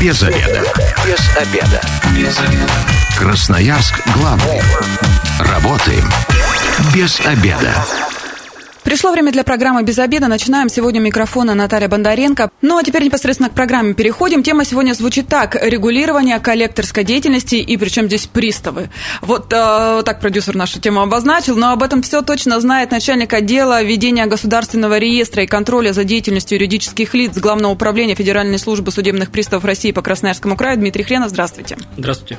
Без обеда. Без обеда. Без обеда. Красноярск главный. Работаем без обеда. Пришло время для программы «Без обеда». Начинаем. Сегодня у микрофона Наталья Бондаренко. Ну, а теперь непосредственно к программе переходим. Тема сегодня звучит так. Регулирование коллекторской деятельности и причем здесь приставы. Вот так продюсер нашу тему обозначил. Но об этом все точно знает начальник отдела ведения государственного реестра и контроля за деятельностью юридических лиц Главного управления Федеральной службы судебных приставов России по Красноярскому краю Дмитрий Хренов. Здравствуйте. Здравствуйте.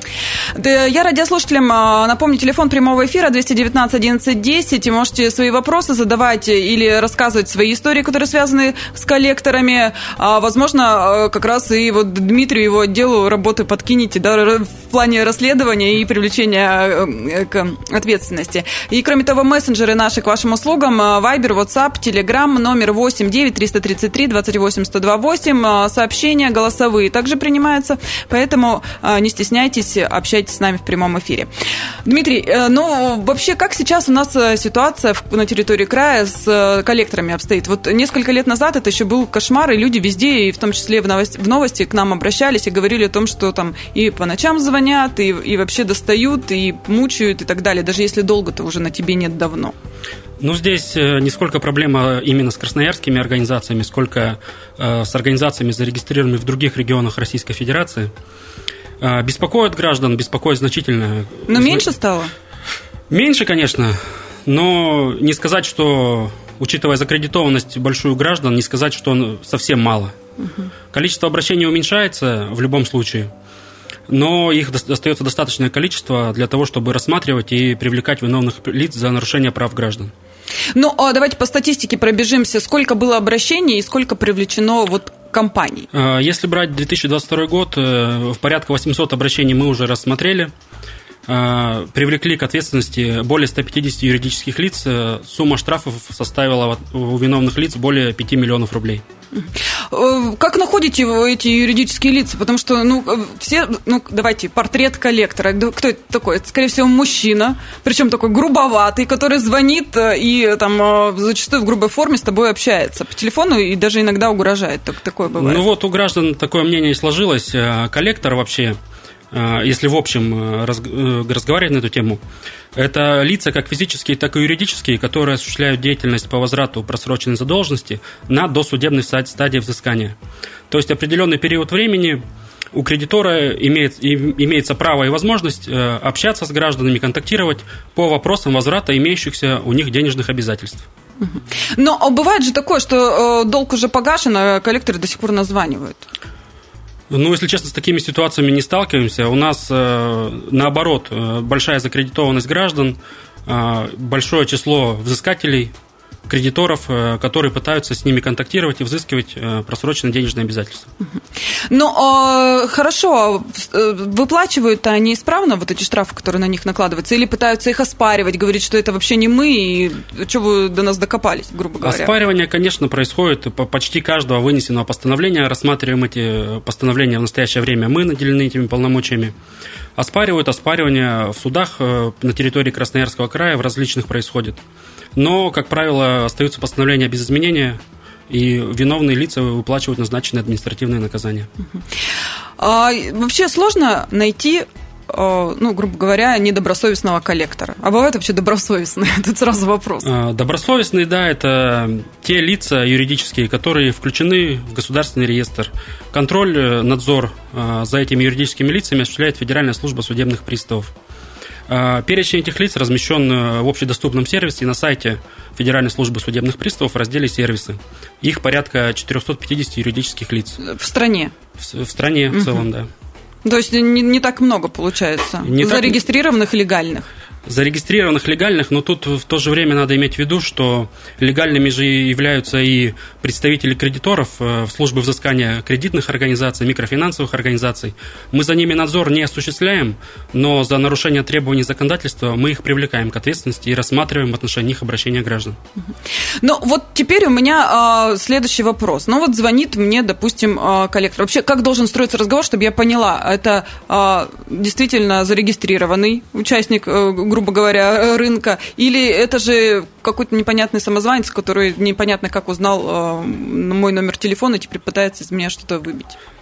Я радиослушателям напомню, телефон прямого эфира 219 11 10. Можете свои вопросы задавать или рассказывать свои истории, которые связаны с коллекторами. Возможно, как раз и вот Дмитрию, его отделу работы подкинете, да, в плане расследования и привлечения к ответственности. И, кроме того, мессенджеры наши к вашим услугам. Viber, WhatsApp, Telegram, номер 89 333 28 128. Сообщения голосовые также принимаются, поэтому не стесняйтесь, общайтесь с нами в прямом эфире. Дмитрий, ну, вообще, как сейчас у нас ситуация на территории края с коллекторами обстоит? Вот несколько лет назад это еще был кошмар, и люди везде, и в том числе в новости к нам обращались и говорили о том, что там и по ночам звонят, и вообще достают, и мучают, и так далее, даже если долго-то уже на тебе нет давно. Ну, здесь не сколько проблема именно с красноярскими организациями, сколько с организациями, зарегистрированными в других регионах Российской Федерации. Беспокоит граждан, беспокоит значительно. Но меньше стало? Меньше, конечно. Но не сказать, что, учитывая закредитованность большую граждан, не сказать, что совсем мало. Количество обращений уменьшается в любом случае, но их остается достаточное количество для того, чтобы рассматривать и привлекать виновных лиц за нарушение прав граждан. Ну, а давайте по статистике пробежимся. Сколько было обращений и сколько привлечено компаний? Если брать 2022 год, в порядка 800 обращений мы уже рассмотрели. Привлекли к ответственности более 150 юридических лиц. Сумма штрафов составила у виновных лиц более 5 миллионов рублей. Как находите эти юридические лица? Потому что, давайте, портрет коллектора. Кто это такой? Это, скорее всего, мужчина, причем такой грубоватый, который звонит и там зачастую в грубой форме с тобой общается по телефону и даже иногда угрожает. Такое бывает. Ну вот у граждан такое мнение и сложилось. Коллектор вообще, если в общем разговаривать на эту тему, это лица как физические, так и юридические, которые осуществляют деятельность по возврату просроченной задолженности на досудебной стадии взыскания. То есть определенный период времени у кредитора имеется право и возможность общаться с гражданами, контактировать по вопросам возврата имеющихся у них денежных обязательств. Но бывает же такое, что долг уже погашен, а коллекторы до сих пор названивают. Ну, если честно, с такими ситуациями не сталкиваемся. У нас, наоборот, большая закредитованность граждан, большое число взыскателей, кредиторов, которые пытаются с ними контактировать и взыскивать просроченные денежные обязательства. Ну, хорошо, выплачивают они исправно вот эти штрафы, которые на них накладываются, или пытаются их оспаривать, говорить, что это вообще не мы, и что вы до нас докопались, грубо говоря? Оспаривание, конечно, происходит по почти каждого вынесенного постановления. Рассматриваем эти постановления в настоящее время. Мы наделены этими полномочиями. Оспаривания в судах на территории Красноярского края в различных происходит. Но, как правило, остаются постановления без изменения, и виновные лица выплачивают назначенные административные наказания. Вообще сложно найти, грубо говоря, недобросовестного коллектора. А бывают вообще добросовестные? Тут сразу вопрос. Добросовестные, да, это те лица юридические, которые включены в государственный реестр. Контроль, надзор за этими юридическими лицами осуществляет Федеральная служба судебных приставов. Перечень этих лиц размещен в общедоступном сервисе на сайте Федеральной службы судебных приставов в разделе «Сервисы». Их порядка 450 юридических лиц. В стране? В стране в целом, да. То есть не так много получается зарегистрированных легальных? Зарегистрированных легальных, но тут в то же время надо иметь в виду, что легальными же являются и представители кредиторов в службе взыскания кредитных организаций, микрофинансовых организаций. Мы за ними надзор не осуществляем, но за нарушение требований законодательства мы их привлекаем к ответственности и рассматриваем в отношении их обращения граждан. Ну вот теперь у меня следующий вопрос. Ну вот звонит мне, допустим, коллектор. Вообще, как должен строиться разговор, чтобы я поняла, это действительно зарегистрированный участник, грубо говоря, рынка, или это же какой-то непонятный самозванец, который непонятно как узнал мой номер телефона и теперь пытается из меня что-то выбить?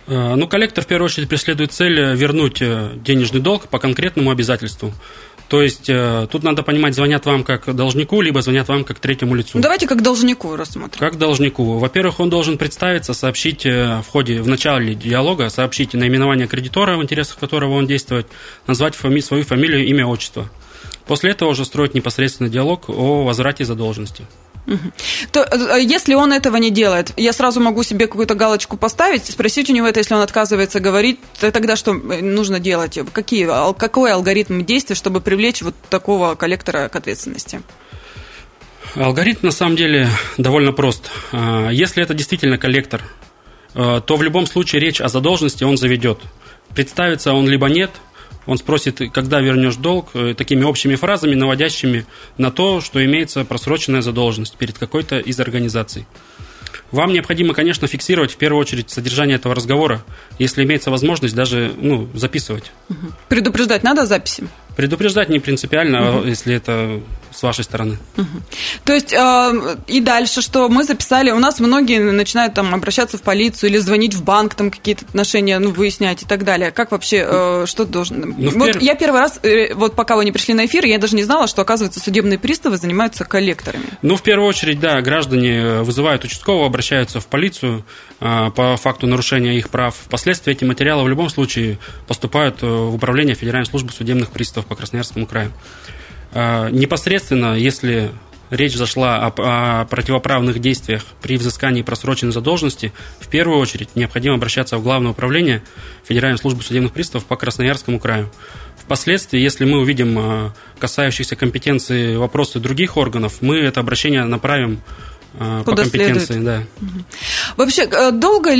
Ну, коллектор в первую очередь преследует цель вернуть денежный долг по конкретному обязательству. То есть тут надо понимать, звонят вам как должнику, либо звонят вам как третьему лицу. Ну, давайте как должнику рассмотрим. Как должнику. Во-первых, он должен представиться, сообщить в начале диалога, сообщить наименование кредитора, в интересах которого он действует, назвать свою фамилию, имя, отчество. После этого уже строить непосредственно диалог о возврате задолженности. То, если он этого не делает, я сразу могу себе какую-то галочку поставить, спросить у него это, если он отказывается говорить, то тогда что нужно делать? Какой алгоритм действий, чтобы привлечь вот такого коллектора к ответственности? Алгоритм на самом деле довольно прост. Если это действительно коллектор, то в любом случае речь о задолженности он заведет. Представится он либо нет, он спросит, когда вернешь долг, такими общими фразами, наводящими на то, что имеется просроченная задолженность перед какой-то из организаций. Вам необходимо, конечно, фиксировать в первую очередь содержание этого разговора, если имеется возможность даже записывать. Предупреждать надо записи? Предупреждать не принципиально, если это с вашей стороны. То есть и дальше, что мы записали, у нас многие начинают там обращаться в полицию или звонить в банк, там какие-то отношения выяснять и так далее. Как вообще, что должен... Я первый раз, вот пока вы не пришли на эфир, я даже не знала, что, оказывается, судебные приставы занимаются коллекторами. В первую очередь, да, граждане вызывают участкового, обращаются в полицию по факту нарушения их прав. Впоследствии эти материалы в любом случае поступают в управление Федеральной службы судебных приставов по Красноярскому краю. Непосредственно, если речь зашла о противоправных действиях при взыскании просроченной задолженности, в первую очередь необходимо обращаться в Главное управление Федеральной службы судебных приставов по Красноярскому краю. Впоследствии, если мы увидим касающиеся компетенции вопросы других органов, мы это обращение направим по компетенции. Да. Вообще, много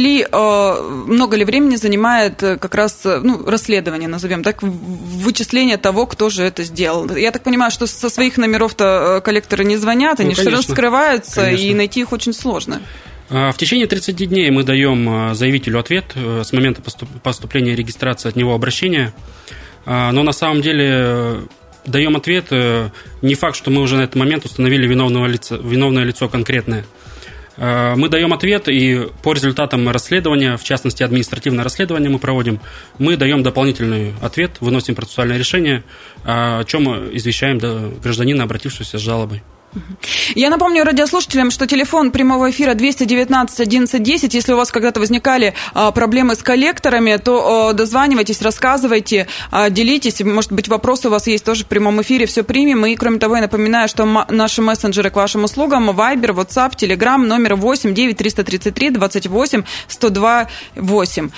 ли времени занимает как раз расследование, назовем так, вычисление того, кто же это сделал? Я так понимаю, что со своих номеров-то коллекторы не звонят, они все равно скрываются, и найти их очень сложно. В течение 30 дней мы даем заявителю ответ с момента поступления и регистрации от него обращения, но на самом деле... Даем ответ, не факт, что мы уже на этот момент установили виновное лицо конкретное. Мы даем ответ, и по результатам расследования, в частности, административное расследование мы проводим, мы даем дополнительный ответ, выносим процессуальное решение, о чем извещаем гражданина, обратившегося с жалобой. Я напомню радиослушателям, что телефон прямого эфира 219 11 10. Если у вас когда-то возникали проблемы с коллекторами, то дозванивайтесь, рассказывайте, делитесь. Может быть, вопросы у вас есть тоже в прямом эфире, все примем. И, кроме того, я напоминаю, что наши мессенджеры к вашим услугам: Viber, WhatsApp, Telegram, номер 8 9 333 28 102 8.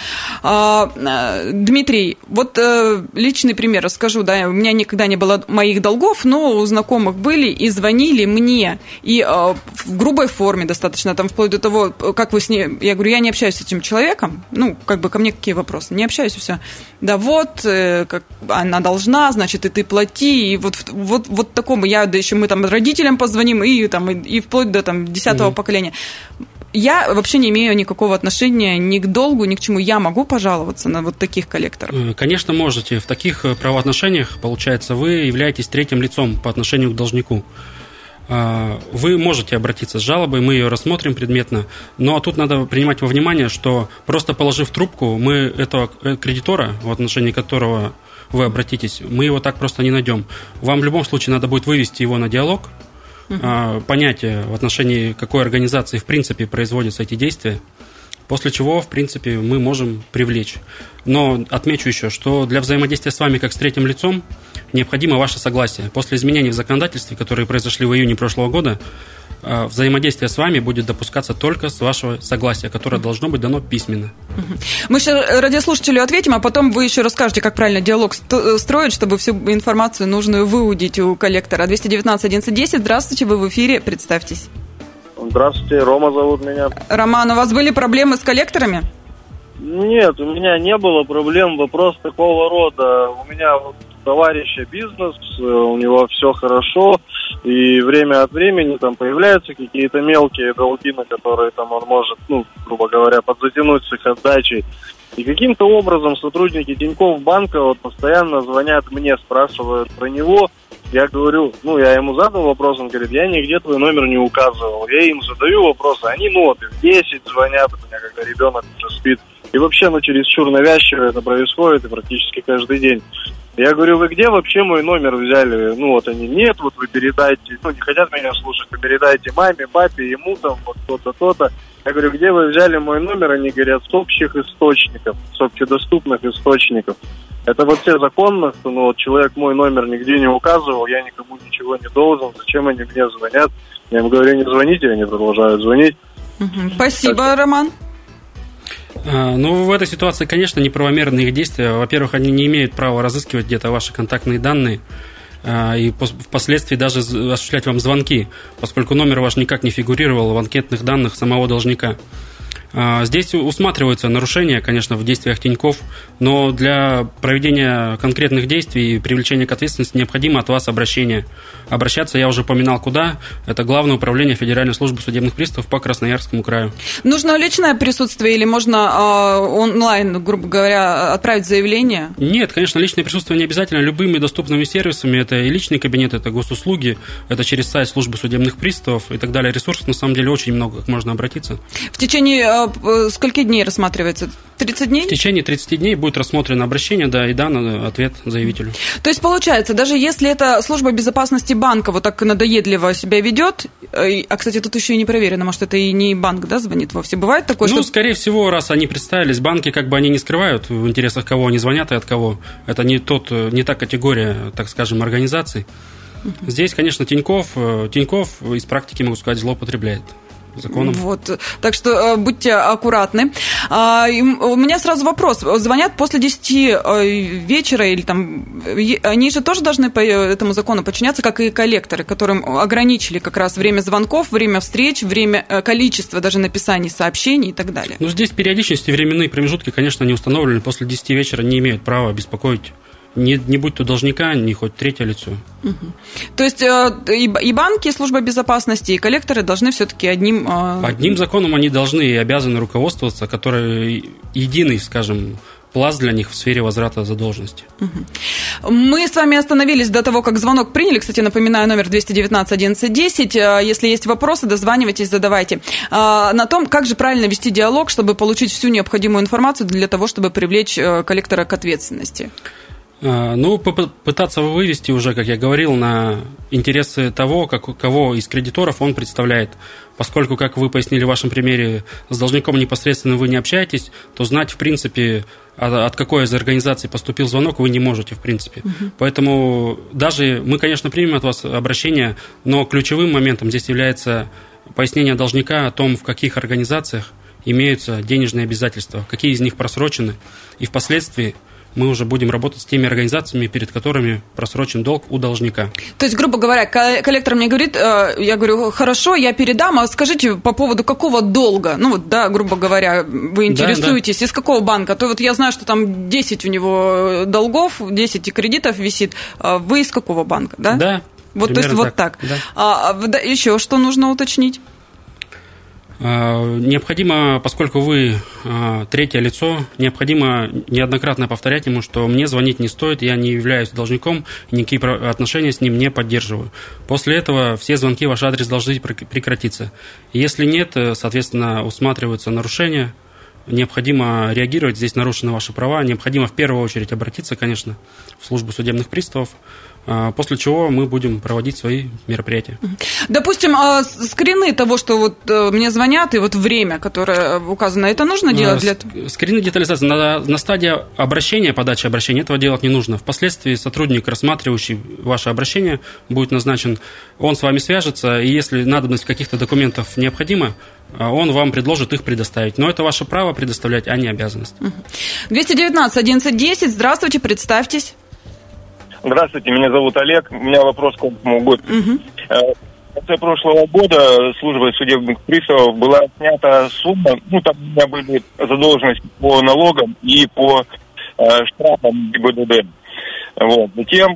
Дмитрий, вот личный пример расскажу. Да, у меня никогда не было моих долгов, но у знакомых были и звонили мне, и в грубой форме достаточно, там вплоть до того, как вы с ней... Я говорю, я не общаюсь с этим человеком, ко мне какие вопросы? Не общаюсь, и все. Да вот, как она должна, значит, и ты плати, и вот такому, мы там родителям позвоним, и вплоть до 10-го поколения. Я вообще не имею никакого отношения ни к долгу, ни к чему. Я могу пожаловаться на вот таких коллекторов? Конечно, можете. В таких правоотношениях, получается, вы являетесь третьим лицом по отношению к должнику. Вы можете обратиться с жалобой, мы ее рассмотрим предметно, но тут надо принимать во внимание, что просто положив трубку, мы этого кредитора, в отношении которого вы обратитесь, мы его так просто не найдем. Вам в любом случае надо будет вывести его на диалог, понять, в отношении какой организации в принципе производятся эти действия, после чего, в принципе, мы можем привлечь. Но отмечу еще, что для взаимодействия с вами как с третьим лицом необходимо ваше согласие. После изменений в законодательстве, которые произошли в июне прошлого года, взаимодействие с вами будет допускаться только с вашего согласия, которое должно быть дано письменно. Мы сейчас радиослушателю ответим, а потом вы еще расскажете, как правильно диалог строить, чтобы всю информацию нужную выудить у коллектора. 219 11 10. Здравствуйте, вы в эфире, представьтесь. Здравствуйте, Рома зовут меня. Роман, у вас были проблемы с коллекторами? Нет, у меня не было проблем. Вопрос такого рода. У меня товарища бизнес, у него все хорошо, и время от времени там появляются какие-то мелкие долги, на которые там он может, грубо говоря, подзатянуть с их отдачей. И каким-то образом сотрудники Тинькофф банка постоянно звонят мне, спрашивают про него. Я говорю, я ему задал вопрос, он говорит, я нигде твой номер не указывал. Я им задаю вопросы, они в 10 звонят, у меня когда ребенок уже спит, И вообще, чересчур навязчиво это происходит, и практически каждый день. Я говорю, вы где вообще мой номер взяли? Они, нет, вы передайте, не хотят меня слушать, вы передайте маме, папе, ему там, то-то, то-то. Я говорю, где вы взяли мой номер? Они говорят, с общих источников, с общедоступных источников. Это все законно, что человек мой номер нигде не указывал, я никому ничего не должен, зачем они мне звонят? Я им говорю, не звоните, они продолжают звонить. Спасибо, Роман. В этой ситуации, конечно, неправомерные их действия. Во-первых, они не имеют права разыскивать где-то ваши контактные данные и впоследствии даже осуществлять вам звонки, поскольку номер ваш никак не фигурировал в анкетных данных самого должника. Здесь усматриваются нарушения, конечно, в действиях Тинькофф, но для проведения конкретных действий и привлечения к ответственности необходимо от вас обращение. Обращаться я уже упоминал куда. Это Главное управление Федеральной службы судебных приставов по Красноярскому краю. Нужно личное присутствие или можно онлайн, грубо говоря, отправить заявление? Нет, конечно, личное присутствие не обязательно. Любыми доступными сервисами, это и личный кабинет, это госуслуги, это через сайт службы судебных приставов и так далее. Ресурсов на самом деле очень много, как можно обратиться. В течение скольки дней рассматривается? 30 дней? В течение 30 дней будет рассмотрено обращение, и дан ответ заявителю. То есть, получается, даже если это служба безопасности банка так надоедливо себя ведет, кстати, тут еще и не проверено, может, это и не банк, звонит вовсе. Бывает такое, что... скорее всего, раз они представились, банки они не скрывают в интересах кого они звонят и от кого. Это не та категория, так скажем, организаций. Здесь, конечно, Тинькофф из практики, могу сказать, злоупотребляет законом. Так что будьте аккуратны. У меня сразу вопрос. Звонят после 10 вечера или они же тоже должны по этому закону подчиняться, как и коллекторы, которым ограничили как раз время звонков, время встреч, количество даже написаний сообщений и так далее. Здесь периодичность и временные промежутки, конечно, не установлены. После 10 вечера не имеют права беспокоить не будь то должника, ни хоть третье лицо. То есть и банки, и служба безопасности, и коллекторы должны все-таки одним законом они должны и обязаны руководствоваться, который единый, скажем, пласт для них в сфере возврата задолженности. Мы с вами остановились до того, как звонок приняли. Кстати, напоминаю, номер 219-11-10. Если есть вопросы, дозванивайтесь, задавайте. На том, как же правильно вести диалог, чтобы получить всю необходимую информацию для того, чтобы привлечь коллектора к ответственности. Попытаться вывести уже, как я говорил, на интересы того, кого из кредиторов он представляет. Поскольку, как вы пояснили в вашем примере, с должником непосредственно вы не общаетесь, то знать, в принципе, от какой из организаций поступил звонок, вы не можете, в принципе. Поэтому даже мы, конечно, примем от вас обращение, но ключевым моментом здесь является пояснение должника о том, в каких организациях имеются денежные обязательства, какие из них просрочены, и впоследствии мы уже будем работать с теми организациями, перед которыми просрочен долг у должника. То есть, грубо говоря, коллектор мне говорит, я говорю, хорошо, я передам, а скажите, по поводу какого долга? Грубо говоря, вы интересуетесь, из какого банка? То я знаю, что там 10 у него долгов, 10 кредитов висит. Вы из какого банка, да? Да. То есть, так. Да. Еще что нужно уточнить? Необходимо, поскольку вы третье лицо, необходимо неоднократно повторять ему, что мне звонить не стоит, я не являюсь должником, никакие отношения с ним не поддерживаю. После этого все звонки в ваш адрес должны прекратиться. Если нет, соответственно, усматриваются нарушения, необходимо реагировать, здесь нарушены ваши права, необходимо в первую очередь обратиться, конечно, в службу судебных приставов, после чего мы будем проводить свои мероприятия. Допустим, скрины того, что мне звонят, и время, которое указано, это нужно делать для этого? Скрины детализации. На стадии обращения, подачи обращения этого делать не нужно. Впоследствии сотрудник, рассматривающий ваше обращение, будет назначен, он с вами свяжется, и если надобность каких-то документов необходима, он вам предложит их предоставить. Но это ваше право предоставлять, а не обязанность. 219-11-10. Здравствуйте, представьтесь. Здравствуйте, меня зовут Олег. У меня вопрос к этому году. В конце прошлого года службой судебных приставов была снята сумма, там у меня были задолженности по налогам и по штрафам ГИБДД. Затем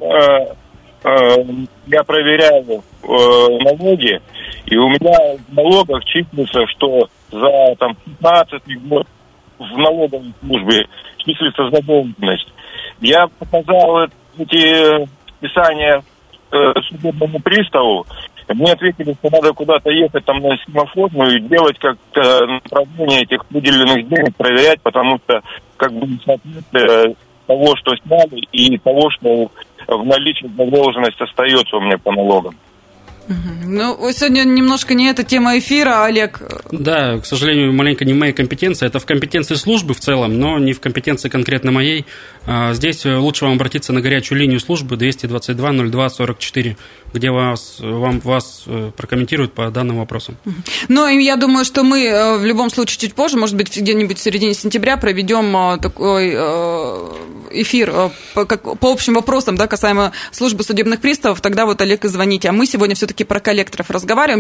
я проверяю налоги, и у меня в налогах числится, что за 15 год в налоговой службе числится задолженность. Я показал эти списания судебному приставу, Мне ответили, что надо куда-то ехать там на семафорную и делать как-то направление этих выделенных денег, проверять, потому что как бы соответствие того, что сняли, и того, что в наличии задолженность остается у меня по налогам. Ну, сегодня немножко не эта тема эфира, Олег. Да, к сожалению, маленько не в моей компетенции. Это в компетенции службы в целом, но не в компетенции конкретно моей. Здесь лучше вам обратиться на горячую линию службы 222-02-44, где вас прокомментируют по данным вопросам. Ну, и я думаю, что мы в любом случае чуть позже, может быть, где-нибудь в середине сентября проведем такой эфир по общим вопросам, да, касаемо службы судебных приставов. Тогда вот, Олег, и звоните. А мы сегодня все-таки про коллекторов разговариваем.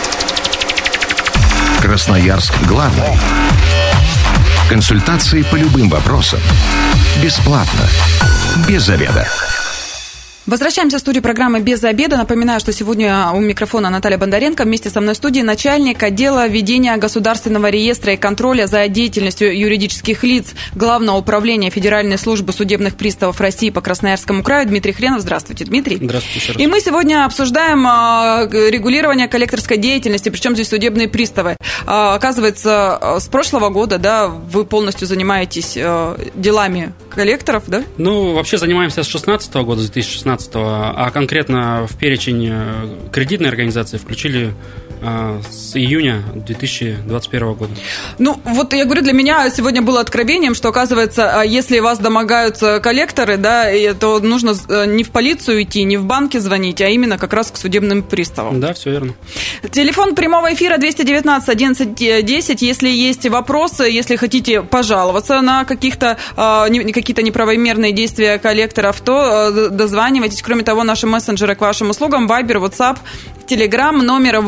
Красноярск главный. Консультации по любым вопросам. Бесплатно. Без заведа. Возвращаемся в студию программы «Без обеда». Напоминаю, что сегодня у микрофона Наталья Бондаренко. Вместе со мной в студии начальник отдела ведения государственного реестра и контроля за деятельностью юридических лиц Главного управления Федеральной службы судебных приставов России по Красноярскому краю Дмитрий Хренов. Здравствуйте, Дмитрий. Здравствуйте. И мы сегодня обсуждаем регулирование коллекторской деятельности, причем здесь судебные приставы. Оказывается, с прошлого года, да, вы полностью занимаетесь делами коллекторов, да? Ну, вообще занимаемся с 2016 года, с 2016, а конкретно в перечень кредитной организации включили с июня 2021 года. Ну, вот я говорю, для меня сегодня было откровением, что, оказывается, если вас домогаются коллекторы, да, то нужно не в полицию идти, не в банки звонить, а именно как раз к судебным приставам. Да, все верно. Телефон прямого эфира 219-11-10. Если есть вопросы, если хотите пожаловаться на какие-то неправомерные действия коллекторов, то дозванивайтесь. Кроме того, наши мессенджеры к вашим услугам: Viber, WhatsApp, Telegram, номер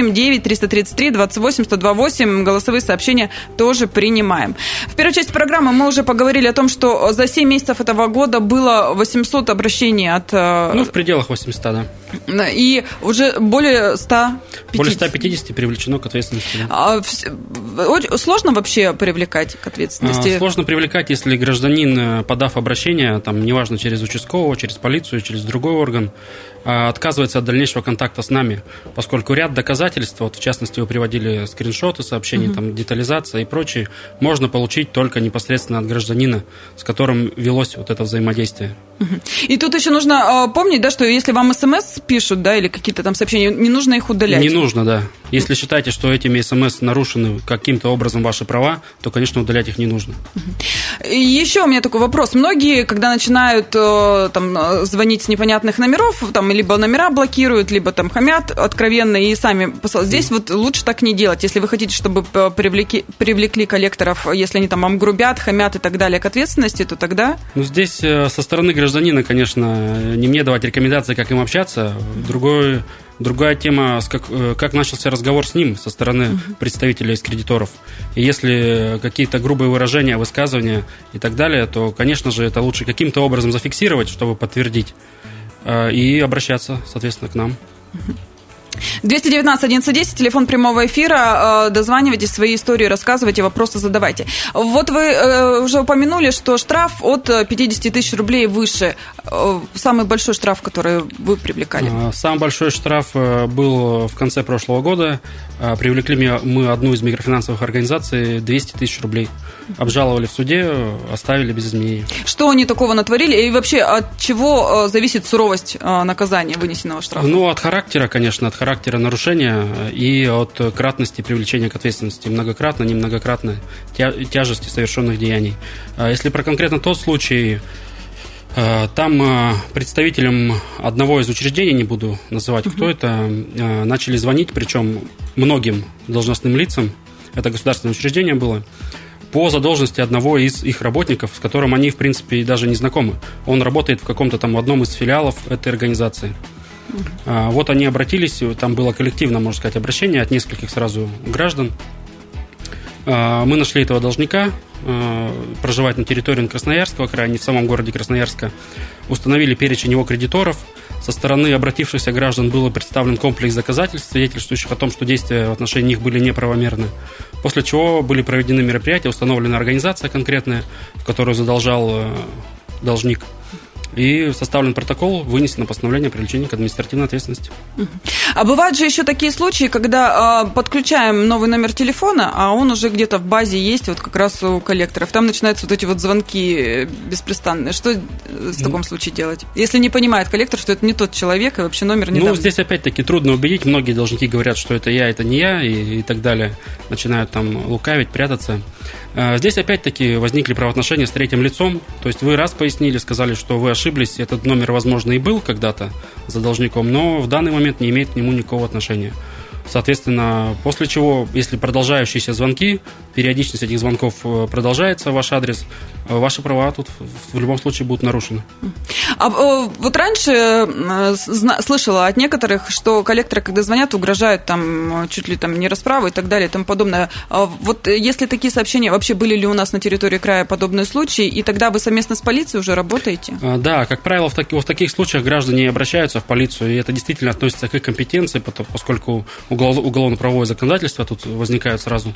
8-9-333-28-128. Голосовые сообщения тоже принимаем. В первой части программы мы уже поговорили о том, что за 7 месяцев этого года было 800 обращений от... Ну, в пределах 800, да. И уже более 150. Более 150 привлечено к ответственности. Да. Сложно вообще привлекать к ответственности? Сложно привлекать, если гражданин, подав обращение, там, неважно, через участкового, через полицию, через другой орган, отказывается от дальнейшего контакта с нами, поскольку ряд доказательств, вот в частности вы приводили скриншоты сообщений, там, детализация и прочее, можно получить только непосредственно от гражданина, с которым велось вот это взаимодействие. И тут еще нужно помнить, да, что если вам СМС пишут, да, или какие-то там сообщения, не нужно их удалять. Не нужно, да. Если считаете, что этими СМС нарушены каким-то образом ваши права, то, конечно, удалять их не нужно. И еще у меня такой вопрос. Многие, когда начинают там звонить с непонятных номеров, там либо номера блокируют, либо там хамят откровенно и сами посылают. Здесь вот лучше так не делать. Если вы хотите, чтобы привлекли коллекторов, если они там вам грубят, хамят и так далее к ответственности, то тогда... Ну, здесь со стороны гражданина, конечно, не мне давать рекомендации, как им общаться. Другая тема, как начался разговор с ним со стороны представителей из кредиторов. И если какие-то грубые выражения, высказывания и так далее, то, конечно же, это лучше каким-то образом зафиксировать, чтобы подтвердить, и обращаться, соответственно, к нам. 219-11-10, телефон прямого эфира. Дозванивайтесь, свои истории рассказывайте, вопросы задавайте. Вот вы уже упомянули, что штраф от 50 тысяч рублей выше. Самый большой штраф, который вы привлекали? Самый большой штраф был в конце прошлого года. Привлекли мы одну из микрофинансовых организаций, 200 тысяч рублей. Обжаловали в суде, оставили без изменений. Что они такого натворили? И вообще, от чего зависит суровость наказания вынесенного штрафа? Ну, от характера, конечно, от характера нарушения и от кратности привлечения к ответственности. Многократно, немногократно, тяжести совершенных деяний. Если про конкретно тот случай, там представителям одного из учреждений, не буду называть, кто это, начали звонить, причем многим должностным лицам, это государственное учреждение было, по задолженности одного из их работников, с которым они, в принципе, даже не знакомы. Он работает в каком-то там одном из филиалов этой организации. Вот они обратились, там было коллективное, можно сказать, обращение от нескольких сразу граждан. Мы нашли этого должника, проживает на территории Красноярского края, не в самом городе Красноярска. Установили перечень его кредиторов. Со стороны обратившихся граждан был представлен комплекс доказательств, свидетельствующих о том, что действия в отношении них были неправомерны. После чего были проведены мероприятия, установлена организация конкретная, в которую задолжал должник. И составлен протокол, вынесено постановление о привлечении к административной ответственности. А бывают же еще такие случаи, когда подключаем новый номер телефона, а он уже где-то в базе есть, вот как раз у коллекторов. Там начинаются вот эти вот звонки беспрестанные. Что в таком случае делать? Если не понимает коллектор, что это не тот человек, и вообще номер не данный. Здесь опять-таки трудно убедить. Многие должники говорят, что это я, это не я, и так далее. Начинают там лукавить, прятаться. Здесь опять-таки возникли правоотношения с третьим лицом. То есть вы раз пояснили, сказали, что вы ошиблись. Этот номер, возможно, и был когда-то за должником, но в данный момент не имеет к нему никакого отношения. Соответственно, после чего, если продолжающиеся звонки, периодичность этих звонков продолжается, ваш адрес, ваши права тут в любом случае будут нарушены. А вот раньше слышала от некоторых, что коллекторы, когда звонят, угрожают там чуть ли там не расправой и так далее и тому подобное. Вот если такие сообщения, вообще были ли у нас на территории края подобные случаи, и тогда вы совместно с полицией уже работаете? Да, как правило, в таких случаях граждане обращаются в полицию, и это действительно относится к их компетенции, поскольку уголовно-правовое законодательство тут возникает сразу.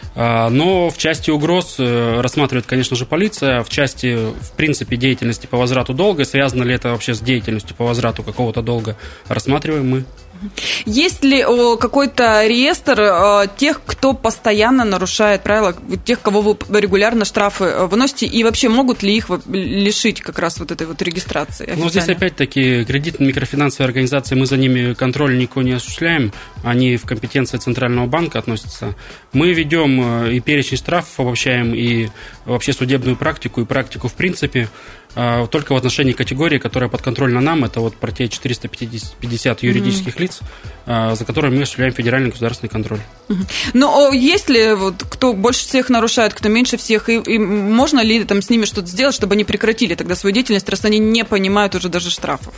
Но в части угроз рассматривает, конечно же, полиция. В части, в принципе, деятельности по возврату долга, связано ли это вообще с деятельностью по возврату какого-то долга, рассматриваем мы. Есть ли какой-то реестр тех, кто постоянно нарушает правила, тех, кого вы регулярно штрафы выносите, и вообще могут ли их лишить как раз вот этой вот регистрации? Ну, здесь опять-таки кредитные микрофинансовые организации, мы за ними контроль никакой не осуществляем, они в компетенции Центрального банка относятся. Мы ведем и перечень штрафов обобщаем, и вообще судебную практику, и практику в принципе, только в отношении категории, которая подконтрольна нам, это вот про те 450 юридических лиц, за которые мы осуществляем федеральный государственный контроль. Но есть ли вот кто больше всех нарушает, кто меньше всех, и можно ли там с ними что-то сделать, чтобы они прекратили тогда свою деятельность, раз они не понимают уже даже штрафов?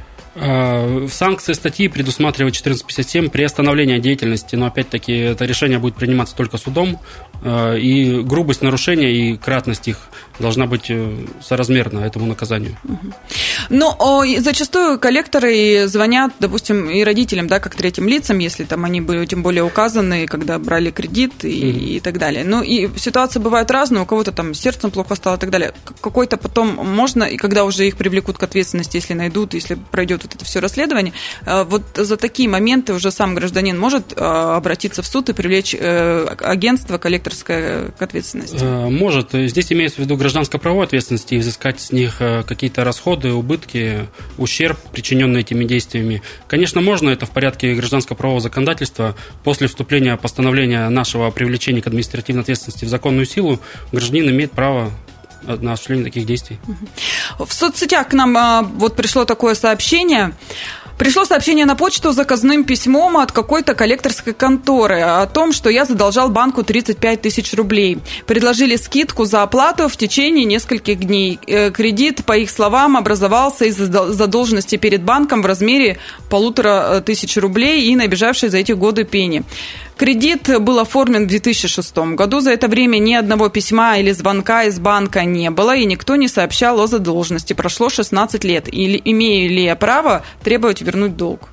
В санкции статьи предусматривает 1457 приостановление деятельности, но опять-таки это решение будет приниматься только судом, и грубость нарушения и кратность их должна быть соразмерна этому наказанию. Но зачастую коллекторы звонят, допустим, и родителям, да, как третьим лицам, если там они были тем более указаны, когда брали кредит и так далее. Ну и ситуации бывают разные, у кого-то там сердцем плохо стало и так далее. Какой-то потом можно, и когда уже их привлекут к ответственности, если найдут, если пройдет вот это все расследование, вот за такие моменты уже сам гражданин может обратиться в суд и привлечь агентство коллекторское к ответственности? Может. Здесь имеется в виду гражданско-правовой ответственности и взыскать с них какие-то расходы, убытки, ущерб, причиненный этими действиями. Конечно, можно, это в порядке гражданско-правового законодательства. После вступления постановления нашего о привлечении к административной ответственности в законную силу, гражданин имеет право на осуществление таких действий. В соцсетях к нам вот пришло такое сообщение. Пришло сообщение на почту с заказным письмом от какой-то коллекторской конторы о том, что я задолжал банку 35 тысяч рублей. Предложили скидку за оплату в течение нескольких дней. Кредит, по их словам, образовался из-за задолженности перед банком в размере 1500 рублей и набежавшей за эти годы пени. Кредит был оформлен в 2006 году. За это время ни одного письма или звонка из банка не было, и никто не сообщал о задолженности. Прошло 16 лет. Имею ли я право требовать вернуть долг?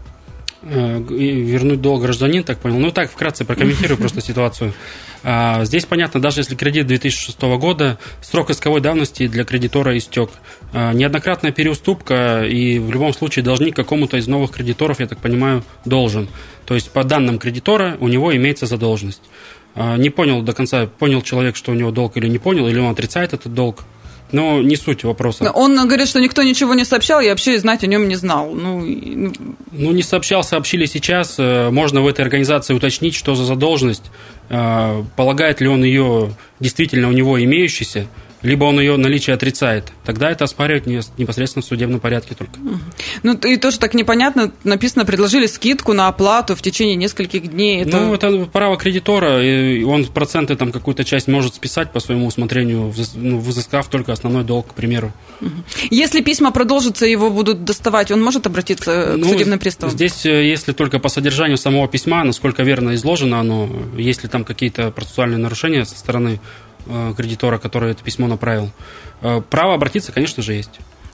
Вернуть долг гражданин, так понял. Ну, так, вкратце прокомментирую просто ситуацию. Здесь понятно, даже если кредит 2006 года, срок исковой давности для кредитора истек. Неоднократная переуступка, и в любом случае должник какому-то из новых кредиторов, я так понимаю, должен. То есть по данным кредитора у него имеется задолженность. Не понял до конца, понял человек, что у него долг или не понял, или он отрицает этот долг. Но не суть вопроса. Он говорит, что никто ничего не сообщал, я вообще знать о нем не знал. Ну, не сообщал, сообщили сейчас. Можно в этой организации уточнить, что за задолженность. Полагает ли он ее действительно у него имеющейся, либо он ее наличие отрицает. Тогда это оспаривать непосредственно в судебном порядке только. Ну, и тоже так непонятно. Написано, предложили скидку на оплату в течение нескольких дней. Это право кредитора, и он проценты там какую-то часть может списать по своему усмотрению, взыскав только основной долг, к примеру. Если письма продолжатся, его будут доставать, он может обратиться к судебным приставам? Здесь, если только по содержанию самого письма, насколько верно изложено оно, есть ли там какие-то процессуальные нарушения со стороны кредитора, который это письмо направил. Право обратиться, конечно же, есть.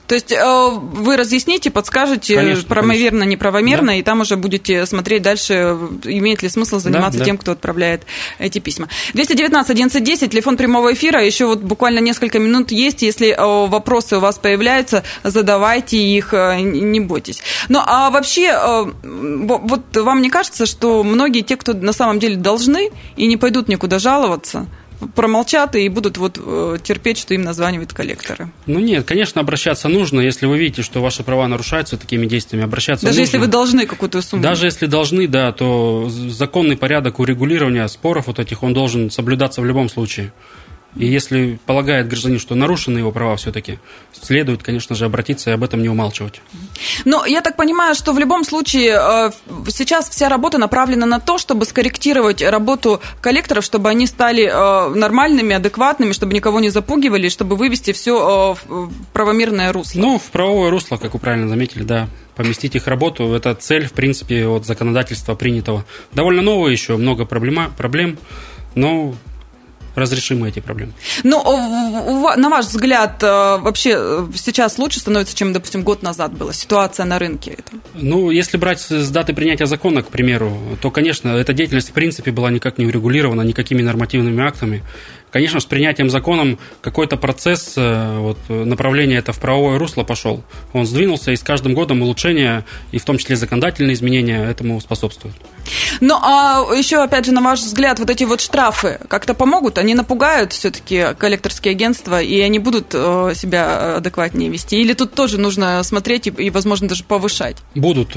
То есть вы разъясните, подскажете, конечно, правомерно, конечно. Неправомерно, да. И там уже будете смотреть дальше, имеет ли смысл заниматься тем, кто отправляет эти письма. 219-11-10, телефон прямого эфира, еще вот буквально несколько минут есть, если вопросы у вас появляются, задавайте их, не бойтесь. Ну, а вообще, вот вам не кажется, что многие те, кто на самом деле должны и не пойдут никуда жаловаться, промолчат и будут вот терпеть, что им названивают коллекторы? Ну нет, конечно, обращаться нужно. Если вы видите, что ваши права нарушаются такими действиями, обращаться даже нужно. Даже если вы должны какую-то сумму? Даже если должны, да, то законный порядок урегулирования споров вот этих, он должен соблюдаться в любом случае. И если полагает гражданин, что нарушены его права все-таки, следует, конечно же, обратиться и об этом не умалчивать. Но я так понимаю, что в любом случае сейчас вся работа направлена на то, чтобы скорректировать работу коллекторов, чтобы они стали нормальными, адекватными, чтобы никого не запугивали, чтобы вывести все в правомерное русло. Ну, в правовое русло, как вы правильно заметили, да. Поместить их работу – это цель, в принципе, от законодательства принятого. Довольно новое еще, много проблем, но разрешимы эти проблемы. Ну, на ваш взгляд, вообще сейчас лучше становится, чем, допустим, год назад была ситуация на рынке? Ну, если брать с даты принятия закона, к примеру, то, конечно, эта деятельность, в принципе, была никак не урегулирована никакими нормативными актами. Конечно, с принятием законом какой-то процесс, вот, направление это в правовое русло пошел. Он сдвинулся, и с каждым годом улучшения, и в том числе законодательные изменения этому способствуют. Ну, а еще, опять же, на ваш взгляд, вот эти вот штрафы как-то помогут? Они напугают все-таки коллекторские агентства, и они будут себя адекватнее вести? Или тут тоже нужно смотреть и возможно, даже повышать? Будут.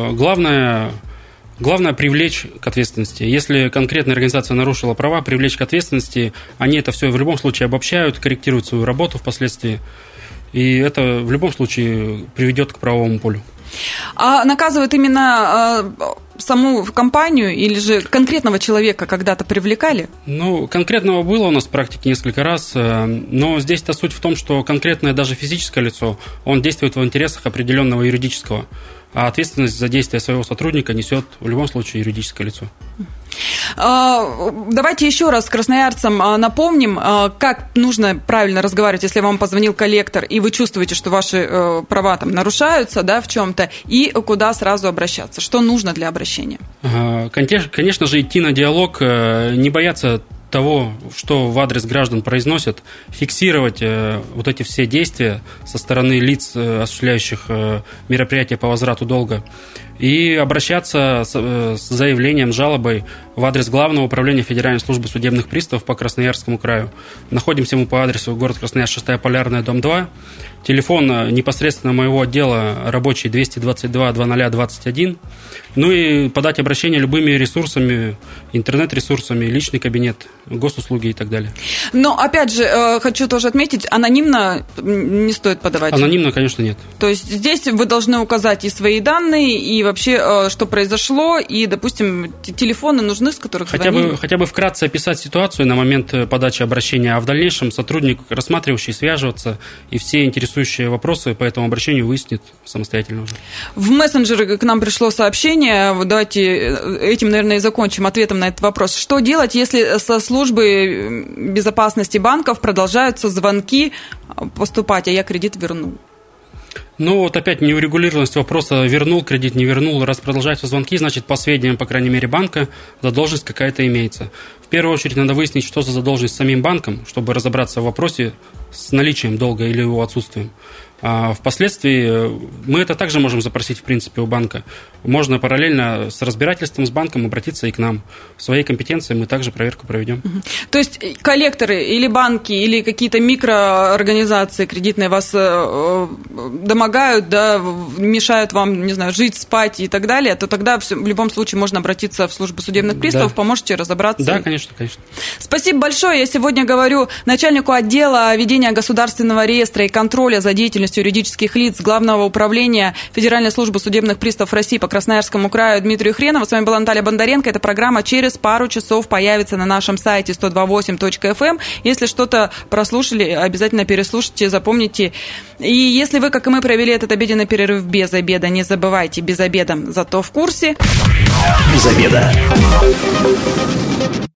Главное привлечь к ответственности. Если конкретная организация нарушила права, привлечь к ответственности, они это все в любом случае обобщают, корректируют свою работу впоследствии, и это в любом случае приведет к правовому полю. А наказывают именно саму компанию или же конкретного человека когда-то привлекали? Ну, конкретного было у нас в практике несколько раз, но здесь-то суть в том, что конкретное даже физическое лицо, он действует в интересах определенного юридического, а ответственность за действия своего сотрудника несет в любом случае юридическое лицо. Давайте еще раз красноярцам напомним, как нужно правильно разговаривать, если вам позвонил коллектор, и вы чувствуете, что ваши права там нарушаются, да, в чем-то, и куда сразу обращаться, что нужно для обращения? Конечно же, идти на диалог, не бояться того, что в адрес граждан произносят, фиксировать вот эти все действия со стороны лиц, осуществляющих мероприятия по возврату долга, и обращаться с заявлением, жалобой в адрес Главного управления Федеральной службы судебных приставов по Красноярскому краю. Находимся мы по адресу город Красноярск, 6-я Полярная, дом 2. Телефон непосредственно моего отдела рабочий 222-00-21. Ну и подать обращение любыми ресурсами, интернет-ресурсами, личный кабинет, госуслуги и так далее. Но, опять же, хочу тоже отметить, анонимно не стоит подавать? Анонимно, конечно, нет. То есть здесь вы должны указать и свои данные, и вообще, что произошло, и, допустим, телефоны нужны, с которых звонили? Хотя бы вкратце описать ситуацию на момент подачи обращения, а в дальнейшем сотрудник, рассматривающий, свяжется, и все интересующие вопросы по этому обращению выяснит самостоятельно уже. В мессенджеры к нам пришло сообщение, давайте этим, наверное, и закончим ответом на этот вопрос. Что делать, если со службы безопасности банков продолжаются звонки поступать, а я кредит вернул? Ну, вот опять неурегулированность вопроса, вернул кредит, не вернул. Раз продолжаются звонки, значит, по сведениям, по крайней мере, банка, задолженность какая-то имеется. В первую очередь надо выяснить, что за задолженность самим банком, чтобы разобраться в вопросе с наличием долга или его отсутствием. А впоследствии мы это также можем запросить, в принципе, у банка. Можно параллельно с разбирательством с банком обратиться и к нам. В своей компетенции мы также проверку проведем. То есть коллекторы или банки, или какие-то микроорганизации кредитные вас домогают, да, мешают вам, не знаю, жить, спать и так далее, то тогда в любом случае можно обратиться в службу судебных приставов, да. Поможете разобраться? Да, конечно, конечно. Спасибо большое. Я сегодня говорю начальнику отдела ведения государственного реестра и контроля за деятельностью юридических лиц Главного управления Федеральной службы судебных приставов России по Красноярскому краю Дмитрию Хренову. С вами была Наталья Бондаренко. Эта программа через пару часов появится на нашем сайте 128.fm. Если что-то прослушали, обязательно переслушайте, запомните. И если вы, как и мы, провели этот обеденный перерыв без обеда, не забывайте, без обеда, зато в курсе. Без обеда.